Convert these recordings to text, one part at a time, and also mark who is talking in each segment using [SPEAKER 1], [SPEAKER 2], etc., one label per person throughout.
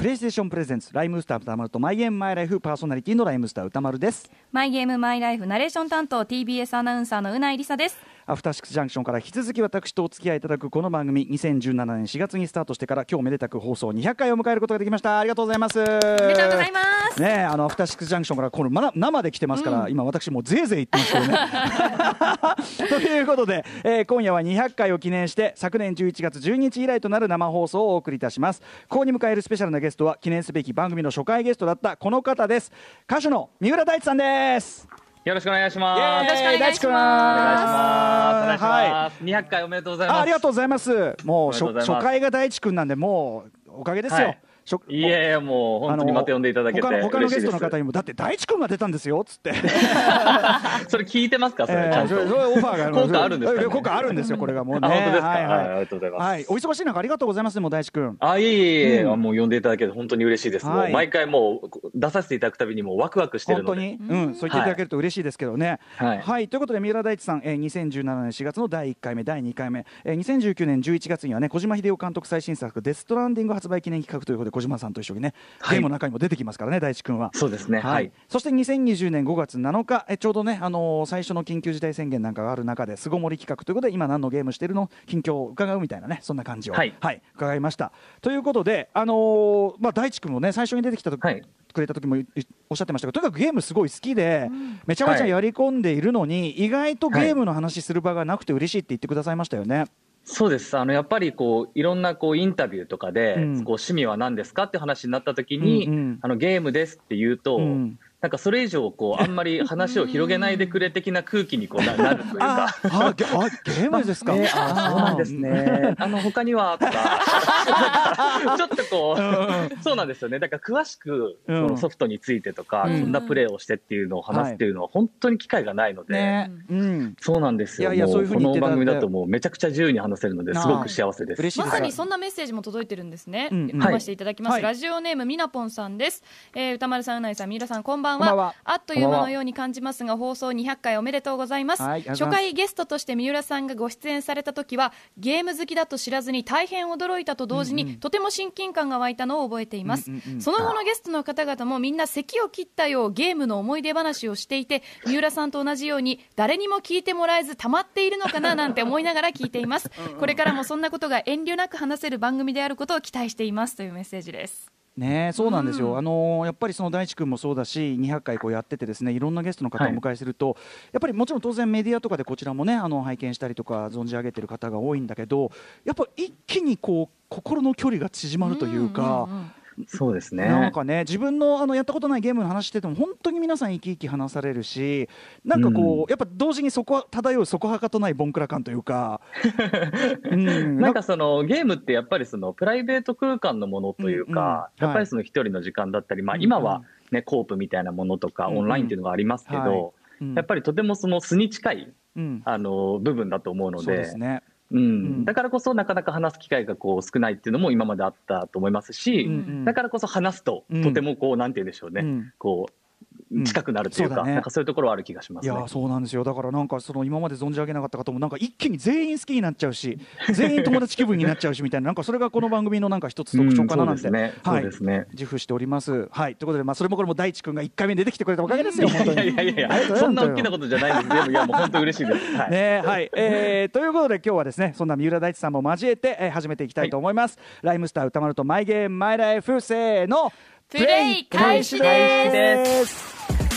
[SPEAKER 1] プレイステーションプレゼンツライムスター歌丸とマイゲームマイライフ、パーソナリティのライムスター歌丸です。
[SPEAKER 2] マイゲームマイライフナレーション担当 TBS アナウンサーのうないりさです。
[SPEAKER 1] アフターシックスジャンクションから引き続き私とお付き合いいただくこの番組、2017年4月にスタートしてから今日めでたく放送200回を迎えることができました。ありがとうございます。
[SPEAKER 2] おめでとうございます
[SPEAKER 1] ね。アフターシックスジャンクションからこの生で来てますから、今私もうぜいぜい言ってますけどねということで、今夜は200回を記念して昨年11月12日以来となる生放送をお送りいたします。ここに迎えるスペシャルなゲストは記念すべき番組の初回ゲストだったこの方です。歌手の三浦大知さんです。
[SPEAKER 3] よろしくお願いします。
[SPEAKER 2] よろしくお願いします。
[SPEAKER 3] お願いします。はい、200回おめでとうございます。
[SPEAKER 1] ありがとうございます。もう初回が大地君なんで、もうおかげですよ。
[SPEAKER 3] はい、いやいや、もう本当にまた呼んでいただけて
[SPEAKER 1] 他のゲストの方にもだって大地君が出たんですよっつって
[SPEAKER 3] それ聞いてますか？それちゃんと、
[SPEAKER 1] それオファーがある
[SPEAKER 3] 効果あるんですかね？
[SPEAKER 1] 効果あるんですよ、これがもうね。
[SPEAKER 3] 本当ですか？
[SPEAKER 1] はい、
[SPEAKER 3] ありがとうございます。
[SPEAKER 1] はい、お忙しい中ありがとうございます。もう大地君、
[SPEAKER 3] いえ、もう呼んでいただけて本当に嬉しいです。もう毎回もう出させていただくたびにもうワクワクしてるので、
[SPEAKER 1] 本当に、そう言っていただけると嬉しいですけどね。はい、ということで三浦大知さん、2017年4月の第1回目第2回目、2019年11月にはね、小島秀夫監督最新作デストランディング発売記念企画ということで小島さんと一緒にね、ゲームの中にも出てきますからね、大地君は。
[SPEAKER 3] そうですね。はい。
[SPEAKER 1] そして2020年5月7日、ちょうどね、最初の緊急事態宣言なんかがある中で巣ごもり企画ということで、今何のゲームしてるの近況を伺うみたいなね、そんな感じを、伺いました。ということで、大地君もね、最初に出てきた時、くれた時もおっしゃってましたけど、とにかくゲームすごい好きで、めちゃめちゃやり込んでいるのに、意外とゲームの話する場がなくて嬉しいって言ってくださいましたよね。
[SPEAKER 3] そうです。やっぱりいろんなインタビューとかで、趣味は何ですかって話になった時に、ゲームですって言うと、なんかそれ以上あんまり話を広げないでくれ的な空気になるというか
[SPEAKER 1] ゲームですか？
[SPEAKER 3] そうなんですね。他にはとかちょっとそうなんですよね。だから詳しくそのソフトについてとか、こんなプレイをしてっていうのを話すっていうのは本当に機会がないので、そうなんですよ。もうこの番組だともうめちゃくちゃ自由に話せるのですごく幸せです。
[SPEAKER 2] まさにそんなメッセージも届いてるんですね。読ませていただきます。ラジオネームみなぽんさんです。歌丸さん、うないさん、三浦さん、こんばんは。あっという間のように感じますが、放送200回おめでとうございます。初回ゲストとして三浦さんがご出演された時はゲーム好きだと知らずに大変驚いたと同時に、とても親近感が湧いたのを覚えています。その後のゲストの方々もみんな咳を切ったようゲームの思い出話をしていて、三浦さんと同じように誰にも聞いてもらえず溜まっているのかななんて思いながら聞いています。これからもそんなことが遠慮なく話せる番組であることを期待していますというメッセージです。
[SPEAKER 1] ね、そうなんですよ。やっぱりその大地君もそうだし、200回やっててですね、いろんなゲストの方をお迎えすると、やっぱりもちろん当然メディアとかでこちらもね、拝見したりとか存じ上げてる方が多いんだけど、やっぱ一気に心の距離が縮まるというか、
[SPEAKER 3] そうですね。
[SPEAKER 1] なんかね、自分のやったことないゲームの話してても本当に皆さん生き生き話されるし、なんかやっぱ同時に漂うそこはかとないボンクラ感というか
[SPEAKER 3] なんかそのゲームってやっぱりそのプライベート空間のものというか、やっぱりその一人の時間だったり、今はねコープみたいなものとかオンラインっていうのがありますけど、やっぱりとてもその素に近い部分だと思うので。そうですね。だからこそなかなか話す機会が少ないっていうのも今まであったと思いますし、だからこそ話すととてもなんて言うんでしょうね、近くなるというか、なんかそういうところはある気がしますね。
[SPEAKER 1] いや、そうなんですよ。だからなんか今まで存じ上げなかった方もなんか一気に全員好きになっちゃうし、全員友達気分になっちゃうしみたいな、なんかそれがこの番組のなんか一つ特徴かななんて、自負しております。はい、ということで、それもこれも大地君が1回目に出てきてくれたおかげですよ。本当に。
[SPEAKER 3] いやそんな大きなことじゃないんです。いやもう本当嬉しいです。
[SPEAKER 1] ということで今日はですね、そんな三浦大知さんも交えて始めていきたいと思います。ライムスター歌丸とマイゲームマイライフ、せーの、
[SPEAKER 2] プレイ開始です。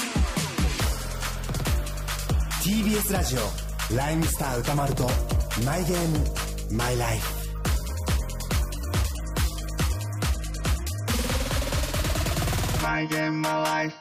[SPEAKER 4] TBS ラジオライムスター歌丸とマイゲームマイライフ。マイゲームマイライフ。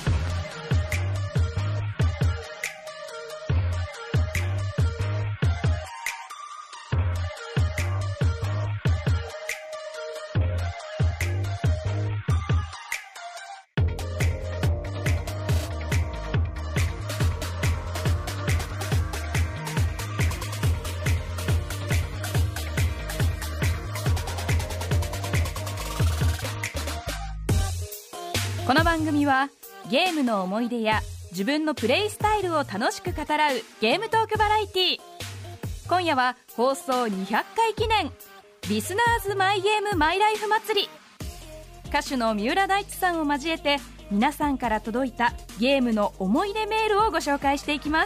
[SPEAKER 2] この番組はゲームの思い出や自分のプレイスタイルを楽しく語らうゲームトークバラエティー。今夜は放送200回記念リスナーズマイゲームマイライフ祭り。 歌手の三浦大知さんを交えて皆さんから届いたゲームの思い出メールをご紹介していきます。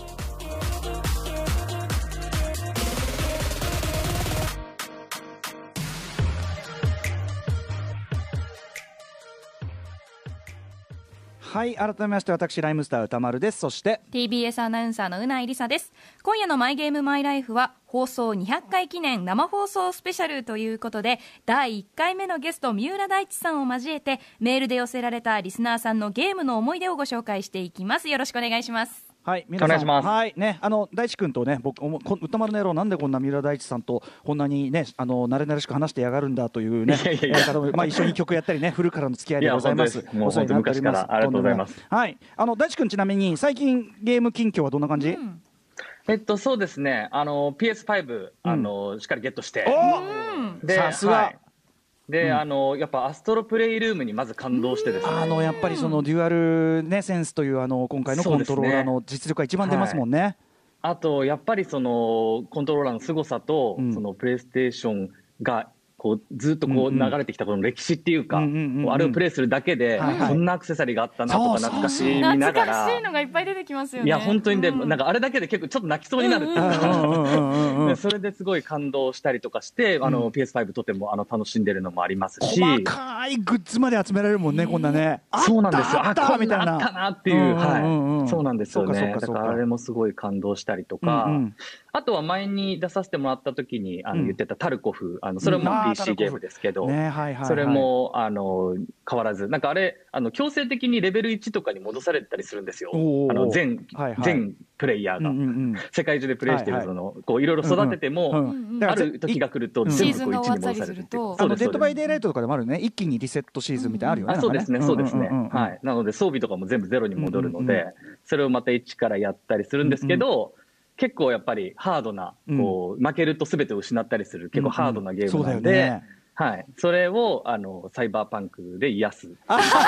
[SPEAKER 1] はい、改めまして私ライムスター歌丸です。そして
[SPEAKER 2] TBS アナウンサーのうないりさです。今夜のマイゲームマイライフは放送200回記念生放送スペシャルということで、第1回目のゲスト三浦大知さんを交えてメールで寄せられたリスナーさんのゲームの思い出をご紹介していきます。よろしくお願いします。
[SPEAKER 1] はい、皆さんお願いします。はいね、大地君とね、僕歌丸の野郎なんでこんな三浦大知さんとこんなにね慣れ慣れしく話してやがるんだというね、まあ一緒に曲やったりね古からの付き合いでございます。
[SPEAKER 3] もう本当昔からありがとうございます。
[SPEAKER 1] はい、大地君ちなみに最近ゲーム近況はどんな感じ？
[SPEAKER 3] そうですね、PS5 しっかりゲットして、
[SPEAKER 1] でさすが。
[SPEAKER 3] でやっぱアストロプレイルームにまず感動してですね、
[SPEAKER 1] やっぱりそのデュアル、ね、センスという今回のコントローラーの実力が一番出ますもんね。
[SPEAKER 3] あとやっぱりそのコントローラーの凄さと、そのプレイステーションがこうずっとこう流れてきたこの歴史っていうか、あれをプレイするだけでこんなアクセサリーがあったなとか懐かしみながら、
[SPEAKER 2] 懐かしいのがいっぱい出てきますよね。
[SPEAKER 3] いや本当にね、なんかあれだけで結構ちょっと泣きそうになるっていうか、それですごい感動したりとかして、PS5 とても楽しんでるのもありますし、
[SPEAKER 1] 細かいグッズまで集められるもんね、こんなね。
[SPEAKER 3] そうなんですよ。
[SPEAKER 1] あったみたいな。
[SPEAKER 3] あったなっていう、はい、そうなんですよね。だからあれもすごい感動したりとか、あとは前に出させてもらった時に言ってたタルコフ、それも PC ゲームですけど、それも変わらず、なんかあれ強制的にレベル1とかに戻されたりするんですよ。全プレイヤーが世界中でプレイしてるこういろいろ育てても、ある時が来ると全部こう1に戻される。デ
[SPEAKER 1] ッドバイデイライトとかでもあるね、一気にリセットシーズンみたいなのあるよね。
[SPEAKER 3] そうですね、そうですね。はい。なので装備とかも全部ゼロに戻るので、それをまた1からやったりするんですけど、結構やっぱりハードな、こう負けると全てを失ったりする結構ハードなゲームなので、はい、それをサイバーパンクで癒す。癒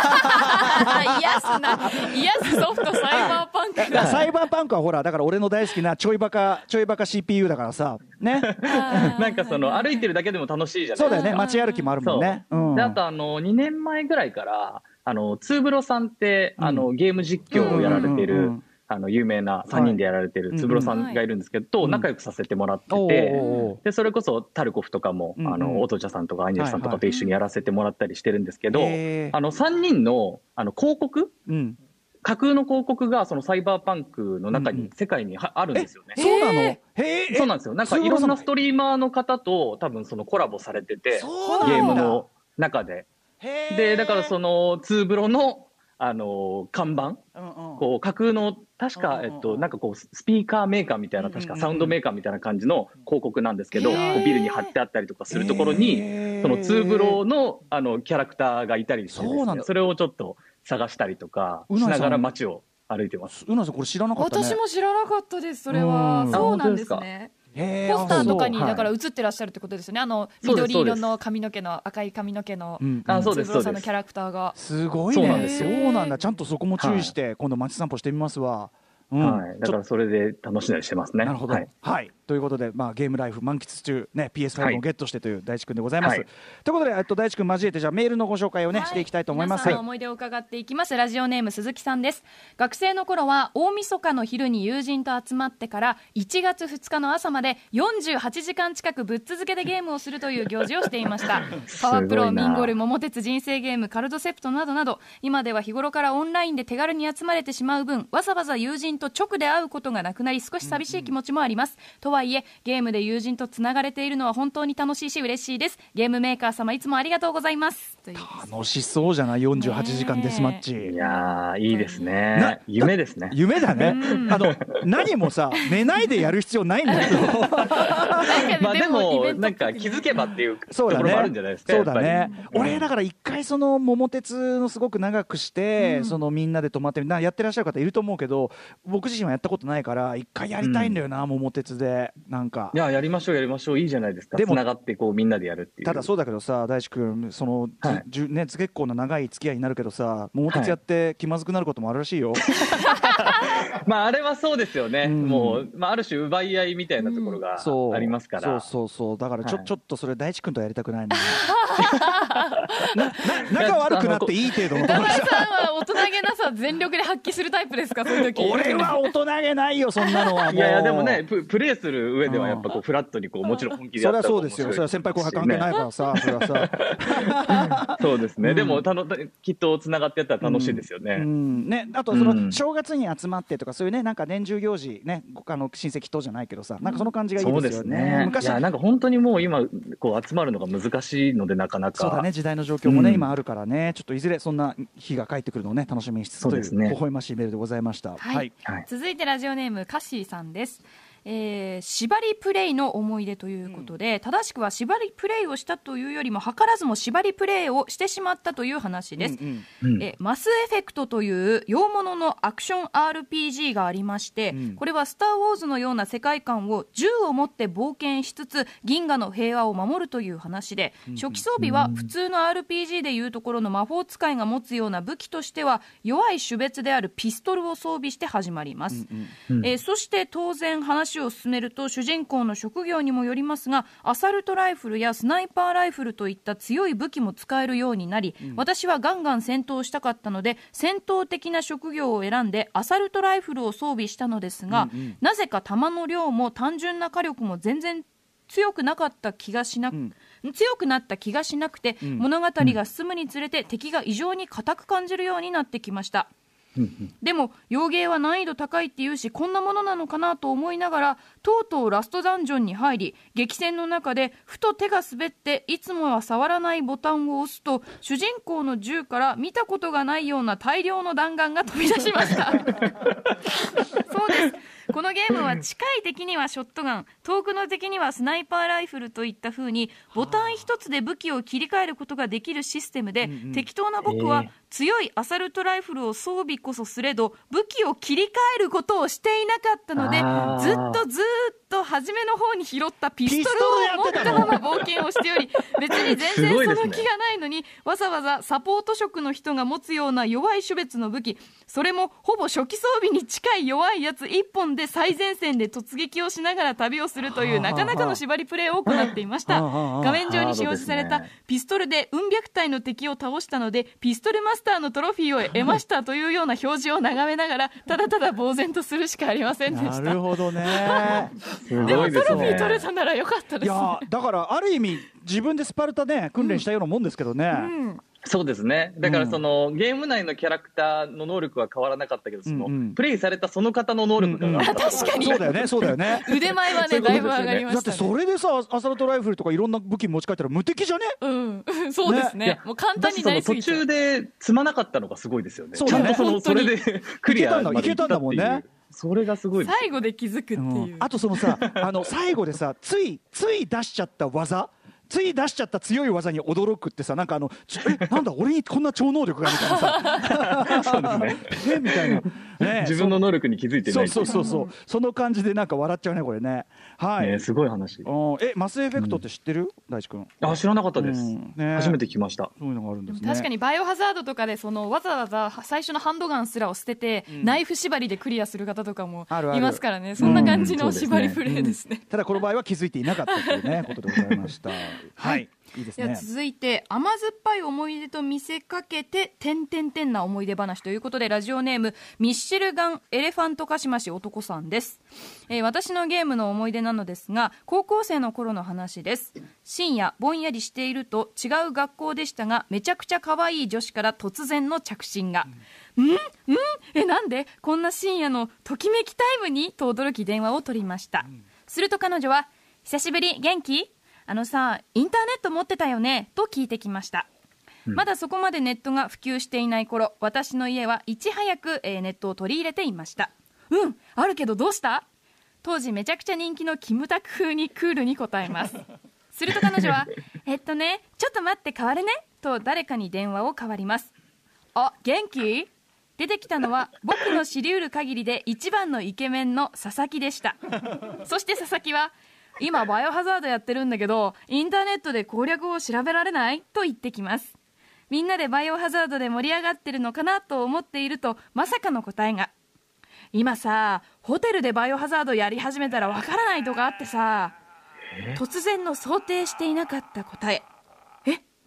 [SPEAKER 2] すソフトサイバーパンク。
[SPEAKER 1] サイバーパンクはほらだから俺の大好きなちょいバカ CPU だからさね。
[SPEAKER 3] なんか歩いてるだけでも楽しいじゃないですか。
[SPEAKER 1] そうだよね、街歩きもあるもんね。
[SPEAKER 3] であと2年前ぐらいからツーブロさんってゲーム実況をやられてる。有名な3人でやられてるつぶろさんがいるんですけど、仲良くさせてもらってて、でそれこそタルコフとかもオトチャさんとかアンジェルさんとかと一緒にやらせてもらったりしてるんですけど、3人の広告、架空の広告がそのサイバーパンクの中に世界にあるんですよね。
[SPEAKER 1] そうなの？
[SPEAKER 3] そうなんですよ。なんかいろんなストリーマーの方と多分そのコラボされてて、ゲームの中で。でだからそのツーブロの看板、こう架空の確かなんかこうスピーカーメーカーみたいな、確かサウンドメーカーみたいな感じの広告なんですけど、こうビルに貼ってあったりとかするところにそのツーブロのキャラクターがいたりしてですね、それをちょっと探したりとかしながら街を歩いてます。
[SPEAKER 1] うなさんこれ知らなかったね。
[SPEAKER 2] 私も知らなかったです。それはそうなんですね。ポスターとかにだから映ってらっしゃるってことですよね。緑色の髪の毛の赤い髪の毛のつぶろさんのキャラクターが
[SPEAKER 1] すごいね。そうなんだ。ちゃんとそこも注意して今度街散歩してみますわ。
[SPEAKER 3] だからそれで楽しんだりしてますね。
[SPEAKER 1] なるほど。はい。ということでゲームライフ満喫中ね、 PS5 をゲットしてという大地君でございます。ということで大地君交えてじゃあメールのご紹介をねしていきたいと思います。
[SPEAKER 2] 皆さんの思い出を伺っていきます。ラジオネーム鈴木さんです。学生の頃は大晦日の昼に友人と集まってから1月2日の朝まで48時間近くぶっ続けでゲームをするという行事をしていました。パワープロ、ミンゴル、桃鉄、人生ゲーム、カルドセプトなどなど、今では日頃からオンラインで手軽に集まれてしまう分、わざわざ友人と直で会うことがなくなり少し寂しい気持ちもあります。とはいえゲームで友人とつながれているのは本当に楽しいし嬉しいです。ゲームメーカー様いつもありがとうございます。
[SPEAKER 1] 楽しそうじゃない。48時間デスマッチ。
[SPEAKER 3] いやいいですね。夢ですね。
[SPEAKER 1] 夢だね。何もさ寝ないでやる必要ないんだけど
[SPEAKER 3] でもなんか気づけばっていうところもあるんじゃないですか。
[SPEAKER 1] そうだね。俺だから一回その桃鉄のすごく長くしてそのみんなで泊まってやってらっしゃる方いると思うけど、僕自身はやったことないから一回やりたいんだよな、桃鉄で。なんか
[SPEAKER 3] やりましょういいじゃないですか。でもつながってこうみんなでやるっていう。
[SPEAKER 1] ただそうだけどさ、大志くんその結構な長い付き合いになるけどさ、桃鉄やって気まずくなることもあるらしいよ。
[SPEAKER 3] あれはそうですよね。もうある種奪い合いみたいなところがありますから。
[SPEAKER 1] そうだからちょっとそれ大地君とやりたくないな。 仲悪くなっていい程度の
[SPEAKER 2] 歌丸さんは大人げなさ全力で発揮するタイプですか、そういう時。
[SPEAKER 1] 俺は大人げないよ、そんなのはもう。
[SPEAKER 3] いやでもね、プレイする上ではやっぱこうフラットにこうもちろん本気でやったら面白い。
[SPEAKER 1] そりゃそうですよ、それは先輩後輩関係ないからさ、それはさ。
[SPEAKER 3] そうですね、でもきっとつながってやったら楽しいですよね。
[SPEAKER 1] ね、あとその正月に集まってとかそういうね、なんか年中行事ね、親戚とじゃないけどさ、なんかその感じがいいですよね。
[SPEAKER 3] 昔いやなんか本当にもう今こう集まるのが難しいので、なかなか。
[SPEAKER 1] そうだね、時代の状況もね、今あるからね、ちょっといずれそんな日が帰ってくるのをね楽しみにしつつという微笑ましいメールでございました。
[SPEAKER 2] 続いてラジオネームカッシーさんです。縛りプレイの思い出ということで、正しくは縛りプレイをしたというよりも図らずも縛りプレイをしてしまったという話です。マスエフェクトという洋物のアクション RPG がありまして、これはスターウォーズのような世界観を銃を持って冒険しつつ銀河の平和を守るという話で、初期装備は普通の RPG でいうところの魔法使いが持つような武器としては弱い種別であるピストルを装備して始まります。そして当然話を進めると、主人公の職業にもよりますが、アサルトライフルやスナイパーライフルといった強い武器も使えるようになり、私はガンガン戦闘したかったので戦闘的な職業を選んでアサルトライフルを装備したのですが、なぜか弾の量も単純な火力も全然強くなった気がしなくて、物語が進むにつれて敵が異常に硬く感じるようになってきました。でも洋芸は難易度高いっていうし、こんなものなのかなと思いながら、とうとうラストダンジョンに入り、激戦の中でふと手が滑っていつもは触らないボタンを押すと、主人公の銃から見たことがないような大量の弾丸が飛び出しましたそうです、このゲームは近い敵にはショットガン、遠くの敵にはスナイパーライフルといった風にボタン一つで武器を切り替えることができるシステムで、適当な僕は強いアサルトライフルを装備こそすれど武器を切り替えることをしていなかったので、ずっと初めの方に拾ったピストルを持ったまま冒険をしており、別に全然その気がないのに、わざわざサポート職の人が持つような弱い種別の武器、それもほぼ初期装備に近い弱いやつ1本で最前線で突撃をしながら旅をするというなかなかの縛りプレイを行っていました。画面上に表示されたピストルでうん百体の敵を倒したのでピストルマスターのトロフィーを得ましたというような表示を眺めながら、ただただ呆然とするしかありませんでした。
[SPEAKER 1] なるほどね
[SPEAKER 2] でもトロフィー取れたならよかったです。
[SPEAKER 1] いやだからある意味自分でスパルタね訓練したようなもんですけどね、
[SPEAKER 3] そうですね。だからその、ゲーム内のキャラクターの能力は変わらなかったけど、そのプレイされたその方の能力が上がった、
[SPEAKER 2] 確かに
[SPEAKER 1] そうだよね
[SPEAKER 2] 腕前はねだいぶ上がりましたね。
[SPEAKER 1] だってそれでさ、アサルトライフルとかいろんな武器持ち帰ったら無敵じゃね。
[SPEAKER 2] そうですね。もう簡単になりすぎ
[SPEAKER 3] て途中で積まなかったのがすごいですよね。
[SPEAKER 1] そうだね、
[SPEAKER 3] ちゃんとそれでクリアまでいったっていう。
[SPEAKER 1] もんね。
[SPEAKER 3] それがすごいです。
[SPEAKER 2] 最後で気づくっていう。
[SPEAKER 1] あとそのさ最後でさつい出しちゃった技、つい出しちゃった強い技に驚くってさ、なんかなんだ俺にこんな超能力がみたいなさ
[SPEAKER 3] そうですね
[SPEAKER 1] みたいな、ね、
[SPEAKER 3] 自分の能力に気づいてない。
[SPEAKER 1] そうその感じでなんか笑っちゃうねこれね。はい、
[SPEAKER 3] すごい話。
[SPEAKER 1] マスエフェクトって知ってる？大地君。
[SPEAKER 3] 知らなかったです、初めて聞きました。
[SPEAKER 1] そういうのがあるんですね。
[SPEAKER 2] 確かにバイオハザードとかでそのわざわざ最初のハンドガンすらを捨てて、ナイフ縛りでクリアする方とかもいますからね。そんな感じの縛りプレイですね。
[SPEAKER 1] ただこの場合は気づいていなかったというねことでございましたはい、いいですね。
[SPEAKER 2] では続いて甘酸っぱい思い出と見せかけてな思い出話ということで、ラジオネームミッシェルガンエレファントカシマシ男さんです。私のゲームの思い出なのですが、高校生の頃の話です。深夜ぼんやりしていると違う学校でしたが、めちゃくちゃ可愛い女子から突然の着信が、なんでこんな深夜のときめきタイムにと驚き電話を取りました。すると彼女は、久しぶり元気？さ、インターネット持ってたよねと聞いてきました。まだそこまでネットが普及していない頃、私の家はいち早くネットを取り入れていました。あるけどどうした？当時めちゃくちゃ人気のキムタク風にクールに答えます。すると彼女はちょっと待って変わるねと誰かに電話を代わります。元気？出てきたのは僕の知り得る限りで一番のイケメンの佐々木でした。そして佐々木は、今バイオハザードやってるんだけどインターネットで攻略を調べられないと言ってきます。みんなでバイオハザードで盛り上がってるのかなと思っていると、まさかの答えが、今さホテルでバイオハザードやり始めたらわからないとかあってさ。突然の想定していなかった答え。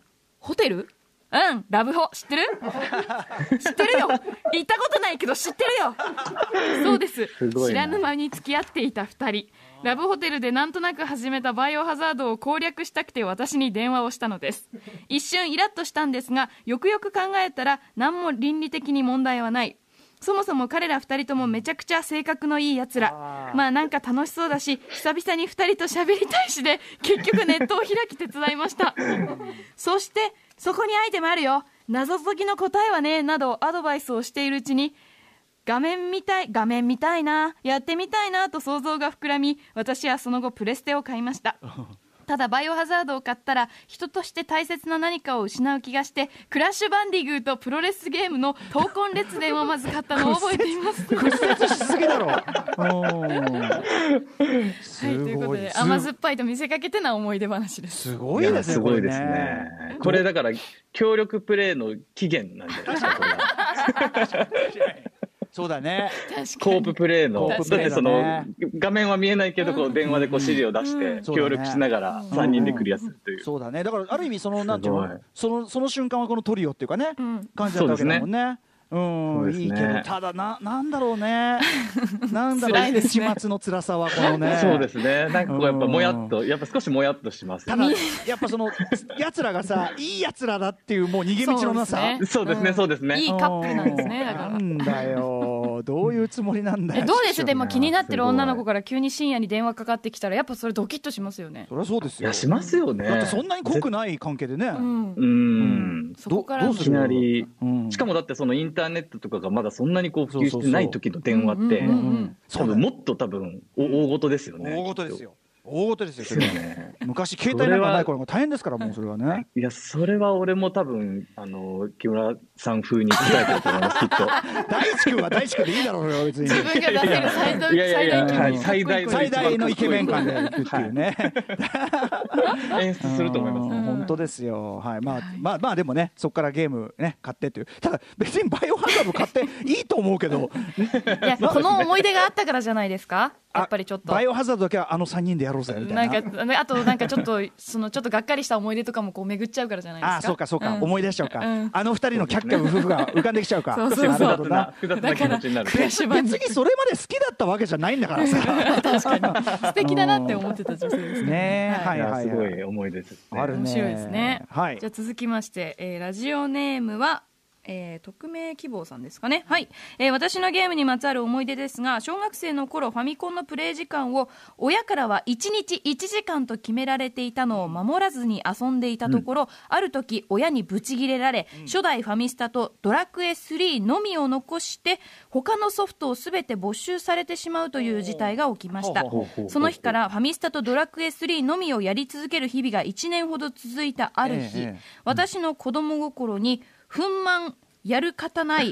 [SPEAKER 2] ホテル？ラブホ知ってる？知ってるよ。行ったことないけど知ってるよ。そうです。知らぬ間に付き合っていた2人。ラブホテルでなんとなく始めたバイオハザードを攻略したくて私に電話をしたのです。一瞬イラッとしたんですが、よくよく考えたら何も倫理的に問題はない。そもそも彼ら2人ともめちゃくちゃ性格のいいやつら。まあなんか楽しそうだし、久々に2人と喋りたいしで、結局ネットを開き手伝いました。そしてそこにアイテムあるよ、謎解きの答えはね、などアドバイスをしているうちに、画面見たいな、やってみたいなと想像が膨らみ、私はその後プレステを買いました。ただバイオハザードを買ったら人として大切な何かを失う気がして、クラッシュバンディグーとプロレスゲームの闘魂列伝をまず買ったのを覚えています。
[SPEAKER 1] 屈折しすぎだろ。
[SPEAKER 2] はい、ということで甘酸っぱいと見せかけてな思い出話です。
[SPEAKER 1] すごいですね。
[SPEAKER 3] すごいですね。これだから協力プレイの起源なんじゃないですか、これは。
[SPEAKER 1] そうだね。
[SPEAKER 3] コーププレイの、だってその画面は見えないけど、こう電話でこう指示を出して協力しながら3人でクリアするという。
[SPEAKER 1] そうだね。だからある意味そのなんていうの、その瞬間はこのトリオっていうかね、感じだったわけだもんね。いいけど、ただなんだろうね。なんだろう、一末の辛さはこのね。
[SPEAKER 3] そうですね。なんかこうやっぱもやっと、やっぱ少しもやっとします。
[SPEAKER 1] ただやっぱその奴らがさ、いい奴らだっていうもう逃げ道のなさ。
[SPEAKER 3] そうですね、そうですね。
[SPEAKER 2] いいカップルなんですね。だから。
[SPEAKER 1] なんだよ。どういうつもりなんだよ。
[SPEAKER 2] どうです？でも気になってる女の子から急に深夜に電話かかってきたら、やっぱそれドキッとしますよね。
[SPEAKER 1] そりゃそうですよ。
[SPEAKER 3] いやしますよね。
[SPEAKER 1] だってそんなに濃くない関係でね。
[SPEAKER 2] そこから
[SPEAKER 3] いきなり、しかもだってそのインターネットとかがまだそんなにこう普及してない時の電話って、多分もっと大事ですよね。
[SPEAKER 1] 大事ですよ。大事ですよ。それはね。昔携帯なんかない頃も大変ですから、もうそれはね。
[SPEAKER 3] いや、それは俺も多分木村さん風に伝えてると思います、きっと。
[SPEAKER 1] 大地君は大地君でいいだろうよ、別に。
[SPEAKER 2] 自分が出せる
[SPEAKER 1] 最大のイケメン感でいくっていうね。
[SPEAKER 3] 演出すると思います。
[SPEAKER 1] 本当ですよ。はい。まあでもね、そこからゲームね買ってっていう。ただ別にバイオハザード買っていいと思うけど。
[SPEAKER 2] いや、この思い出があったからじゃないですか。やっぱりちょっと。
[SPEAKER 1] バイオハザードだけは3人でやろうぜみたいな。
[SPEAKER 2] あとなんかちょっとちょっとがっかりした思い出とかもこう巡っちゃうからじゃないですか。
[SPEAKER 1] そうか、思い出しちゃうか。2人のキャッキャウフフが浮かんできちゃうか。
[SPEAKER 2] そう。
[SPEAKER 3] 複雑な気持ちになる。
[SPEAKER 1] 別にそれまで好きだったわけじゃないんだからさ。
[SPEAKER 2] 確かに素敵だなって思ってた女性ですね。
[SPEAKER 3] すごい思い出ですね。
[SPEAKER 2] 面白いですね。
[SPEAKER 1] はい。
[SPEAKER 2] じゃあ続きまして、ラジオネームは匿名希望さんですかね。はい、私のゲームにまつわる思い出ですが、小学生の頃ファミコンのプレイ時間を親からは1日1時間と決められていたのを守らずに遊んでいたところ、ある時親にブチギレられ、初代ファミスタとドラクエ3のみを残して他のソフトをすべて没収されてしまうという事態が起きました。その日からファミスタとドラクエ3のみをやり続ける日々が1年ほど続いたある日、私の子供心にやる方ない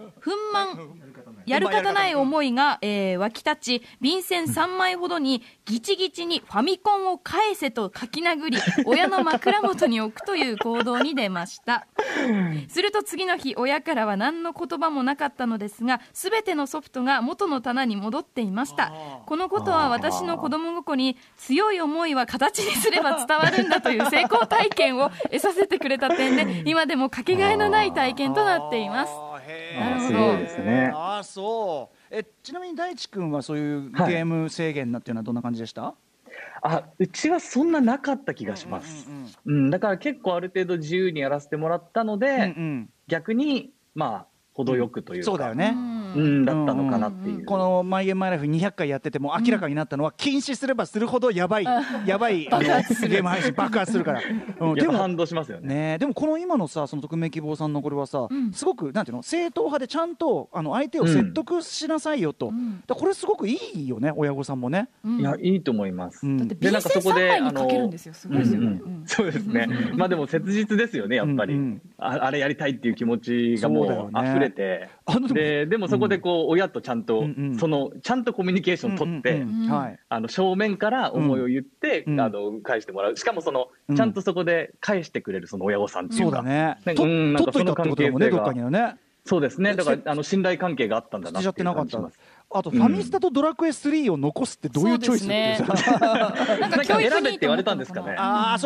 [SPEAKER 2] 思いが、湧き立ち、便箋3枚ほどにギチギチにファミコンを返せと書き殴り、親の枕元に置くという行動に出ました。すると次の日、親からは何の言葉もなかったのですが、すべてのソフトが元の棚に戻っていました。このことは私の子供心に強い思いは形にすれば伝わるんだという成功体験を得させてくれた点で、今でもかけがえのない体験となっています。
[SPEAKER 3] なるほど。すごいですね。
[SPEAKER 1] そう。ちなみに大地君はそういうゲーム制限っていうのはどんな感じでした？
[SPEAKER 3] うちはそんななかった気がします。だから結構ある程度自由にやらせてもらったので、逆に程よくというか、
[SPEAKER 1] そうだよね。
[SPEAKER 3] だったのかなっていう。
[SPEAKER 1] このマイゲームマイライフ200回やってても明らかになったのは、禁止すればするほどやばいゲーム配信爆発するから。
[SPEAKER 3] でも反動しますよね。
[SPEAKER 1] でもこの今のさ、その匿名希望さんのこれはさ、すごくなんていうの、正統派でちゃんと相手を説得しなさいよと。これすごくいいよね、親御さんもね。
[SPEAKER 3] いや、いいと思います。
[SPEAKER 2] だって便箋3枚にかけるんですよ。すごいですよね。
[SPEAKER 3] そうですね。でも切実ですよね、やっぱり。あれやりたいっていう気持ちがもう溢れて。でもそこでこう親とちゃんとちゃんとコミュニケーション取って正面から思いを言って返してもらう。しかもちゃんとそこで返してくれるその親御さんっていうか、
[SPEAKER 1] そうだね。取っといたってことだもんね、どっかにはね。
[SPEAKER 3] そうですね。だから信頼関係があったんだなっていう感じします。
[SPEAKER 1] あとファミスタとドラクエ3を残すってどういうチョイスっていうさ、
[SPEAKER 3] なんか選べって言われたんですかね。
[SPEAKER 1] そうか。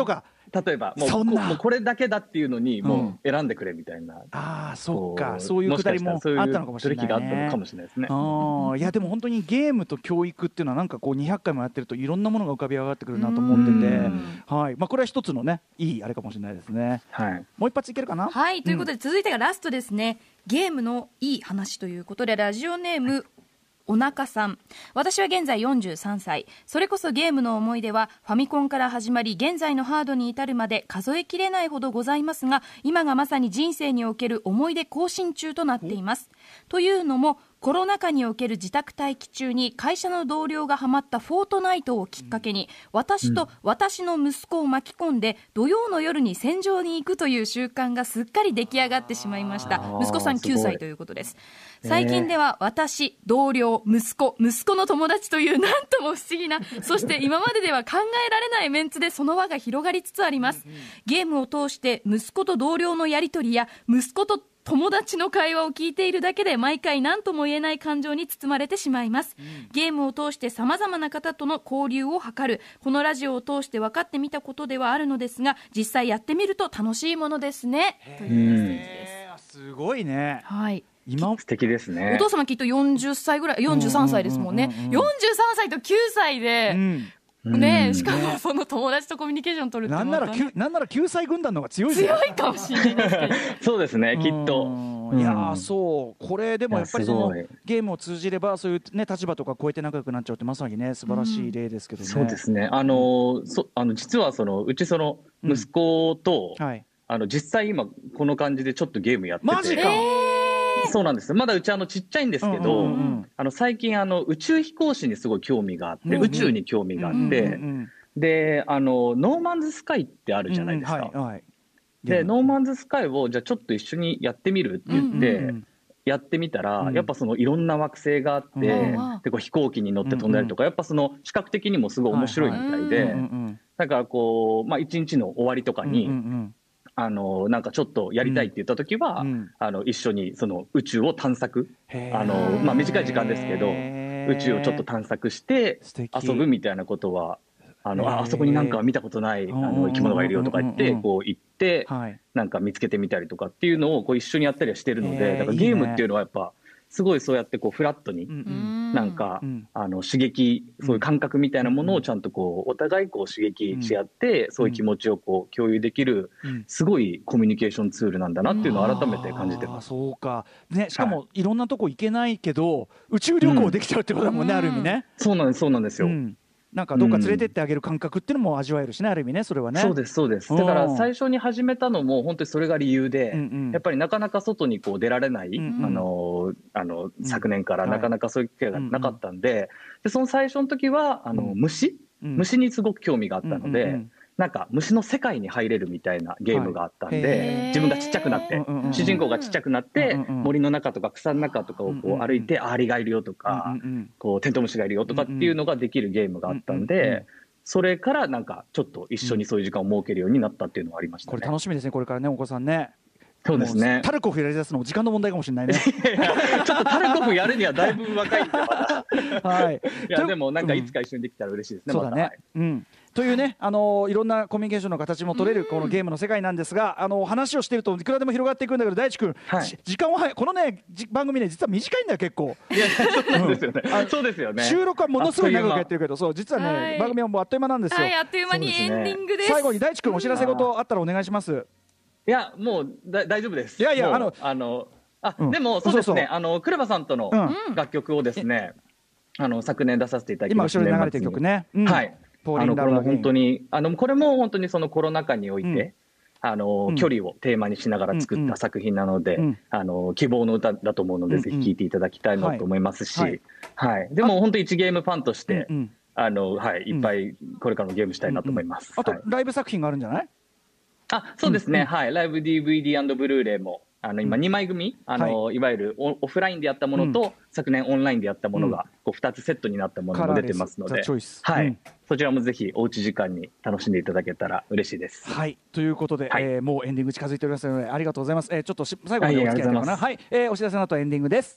[SPEAKER 3] 例えばもうこれだけだっていうのにもう選んでくれみたいな、
[SPEAKER 1] ああそっか、そういうくだりもあったのかもしれないね。
[SPEAKER 3] 取引があったのかもしれないですね。
[SPEAKER 1] いやでも本当にゲームと教育っていうのはなんかこう200回もやってるといろんなものが浮かび上がってくるなと思ってて、はい、まあこれは一つのねいいあれかもしれないですね。はい、もう一発いけるかな。
[SPEAKER 2] はい、ということで続いてがラストですね。ゲームのいい話ということで、ラジオネームおなかさん。私は現在43歳。それこそゲームの思い出はファミコンから始まり現在のハードに至るまで数えきれないほどございますが、今がまさに人生における思い出更新中となっています。というのもコロナ禍における自宅待機中に会社の同僚がハマったフォートナイトをきっかけに、私と私の息子を巻き込んで土曜の夜に戦場に行くという習慣がすっかり出来上がってしまいました。息子さん9歳ということです。最近では私、同僚、息子の友達というなんとも不思議な、そして今まででは考えられないメンツでその輪が広がりつつあります。ゲームを通して息子と同僚のやり取りや息子と友達の会話を聞いているだけで毎回何とも言えない感情に包まれてしまいます。ゲームを通して様々な方との交流を図る、このラジオを通して分かってみたことではあるのですが、実際やってみると楽しいものですね、というメッセージです。
[SPEAKER 1] すごいね。
[SPEAKER 2] はい、
[SPEAKER 3] 素敵ですね。
[SPEAKER 2] お父様きっと40歳ぐらい、43歳ですもんね。43歳と9歳で、ね、しかもその友達とコミュニケーション取るって、
[SPEAKER 1] なんなら9歳軍団の方が強い
[SPEAKER 2] かもしれないですけど
[SPEAKER 3] そうですね、きっと。
[SPEAKER 1] いやそうこれでもやっぱりそのゲームを通じればそういう、ね、立場とか超えて仲良くなっちゃうってまさにね素晴らしい例ですけどね。
[SPEAKER 3] そうですね。実はうちその息子と、実際今この感じでちょっとゲームやってて。
[SPEAKER 1] マジか。
[SPEAKER 3] そうなんです。まだうちちっちゃいんですけど、最近宇宙飛行士にすごい興味があって、宇宙に興味があって、でノーマンズスカイってあるじゃないですか。でノーマンズスカイをじゃあちょっと一緒にやってみるって言ってやってみたら、やっぱそのいろんな惑星があって、でこう飛行機に乗って飛んだりとか、やっぱその視覚的にもすごい面白いみたいで、だからこう一日の終わりとかになんかちょっとやりたいって言った時は、一緒にその宇宙を探索、短い時間ですけど宇宙をちょっと探索して遊ぶみたいなことは、あそこになんか見たことない生き物がいるよとか言ってこう行ってなんか見つけてみたりとかっていうのをこう一緒にやったりはしてるので、だからゲームっていうのはやっぱすごいそうやってこうフラットになんか刺激、そういう感覚みたいなものをちゃんとこうお互いこう刺激し合ってそういう気持ちをこう共有できるすごいコミュニケーションツールなんだなっていうのを改めて感じてます。
[SPEAKER 1] そうかね、しかもいろんなとこ行けないけど宇宙旅行できちゃうってことだもんね、ある意味ね。
[SPEAKER 3] そうなんですよ。
[SPEAKER 1] なんかどっか連れてってあげる感覚っていうのも味わえるしね、ある意味ね、それはね。
[SPEAKER 3] そうですだから最初に始めたのも本当にそれが理由で、やっぱりなかなか外にこう出られない、昨年からなかなかそういう機会がなかったんで、その最初の時は虫にすごく興味があったので、なんか虫の世界に入れるみたいなゲームがあったんで、自分がちっちゃくなって、主人公がちっちゃくなって森の中とか草の中とかをこう歩いて、アリがいるよとかこうテントウムシがいるよとかっていうのができるゲームがあったんで、それからなんかちょっと一緒にそういう時間を設けるようになったっていうのがありましたね。
[SPEAKER 1] これ楽しみですね、これからね、お子さんね。
[SPEAKER 3] そうですね。
[SPEAKER 1] タルコフやりだすのも時間の問題かもしれないね。
[SPEAKER 3] ちょっとタルコフやるにはだいぶ若いんでまだ。はい。いやでもなんかいつか一緒にできたら嬉しいですね。
[SPEAKER 1] そうだね。というね、いろんなコミュニケーションの形も取れるこのゲームの世界なんですが、話をしているといくらでも広がっていくんだけど、大地君、時間はこのね番組ね実は短いんだよ結構。
[SPEAKER 3] いやそうですよね。そうですよね。
[SPEAKER 1] 収録はものすごい長くやってるけど、そう実はね番組はもうあっという間なんですよ。
[SPEAKER 2] はい、あっという間にエンディングです。
[SPEAKER 1] 最後に大地君お知らせ事あったらお願いします。
[SPEAKER 3] いやもう大丈夫です。
[SPEAKER 1] いやで
[SPEAKER 3] もそうですね、クレバさんとの楽曲をですね、昨年出させていただきました。
[SPEAKER 1] 今後ろに流れてる曲ね。はい。
[SPEAKER 3] これも本当にこれも本当にそのコロナ禍において距離をテーマにしながら作った作品なので、希望の歌だと思うのでぜひ聴いていただきたいなと思いますし、でも本当一ゲームファンとしていっぱいこれからもゲームしたいなと思います。
[SPEAKER 1] あとライブ作品があるんじゃない？
[SPEAKER 3] そうですね、ライブ DVD& ブルーレイも今2枚組いわゆるオフラインでやったものと昨年オンラインでやったものが2つセットになったものも出てますので、そちらもぜひおうち時間に楽しんでいただけたら嬉しいです。
[SPEAKER 1] はいということでもうエンディング近づいておりますのでありがとうございます。ちょっと最後までお付き合いいただけますかな。お知らせの後エンディングです。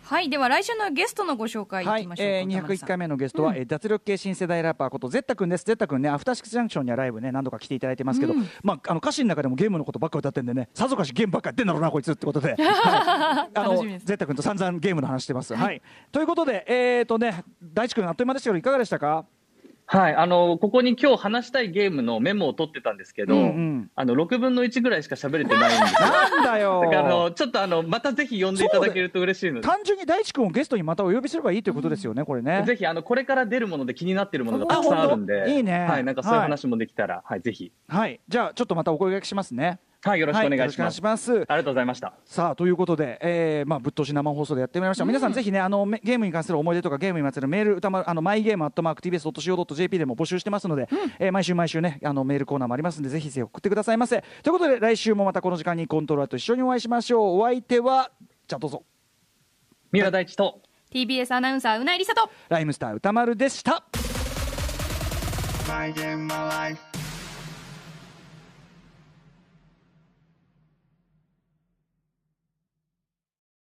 [SPEAKER 2] はい、では来週のゲストのご紹介いきましょうか。
[SPEAKER 1] 201回目のゲストは、脱力系新世代ラッパーことゼッタ君です。ゼッタ君ね、アフターシックスジャンクションにはライブね何度か来ていただいてますけど、歌詞の中でもゲームのことばっか歌ってんでね、さぞかしゲームばっかやってんだろうなこいつってことで、ゼッタ君と散々ゲームの話してます。はい、ということで大地君あっという間でしたけどいかがでしたか？
[SPEAKER 3] はい、ここに今日話したいゲームのメモを取ってたんですけど、6分の1ぐらいしか喋れてないんですよ。
[SPEAKER 1] なんだよ。
[SPEAKER 3] だからちょっとまたぜひ呼んでいただけると嬉しいので。
[SPEAKER 1] 単純に大地君をゲストにまたお呼びすればいいということですよね、これね。
[SPEAKER 3] ぜひこれから出るもので気になってるものがたくさんあるんで、
[SPEAKER 1] いいね。
[SPEAKER 3] はい、なんかそういう話もできたら、はい、ぜひ。
[SPEAKER 1] はい、じゃあちょっとまたお声掛けしますね。
[SPEAKER 3] はい、よろしくお願いします。ありがとうございました。
[SPEAKER 1] さあということで、ぶっ通し生放送でやってまいりました。皆さんぜひねゲームに関する思い出とかゲームに関するメール歌丸マイゲーム@tbs.co.jp でも募集してますので、毎週ねメールコーナーもありますのでぜひぜひ送ってくださいませ。ということで来週もまたこの時間にコントローラーと一緒にお会いしましょう。お相手はじゃあどうぞ
[SPEAKER 3] 三浦大知と
[SPEAKER 2] TBS アナウンサーうないりさと
[SPEAKER 1] ライムスター歌丸でした。
[SPEAKER 4] My game, my life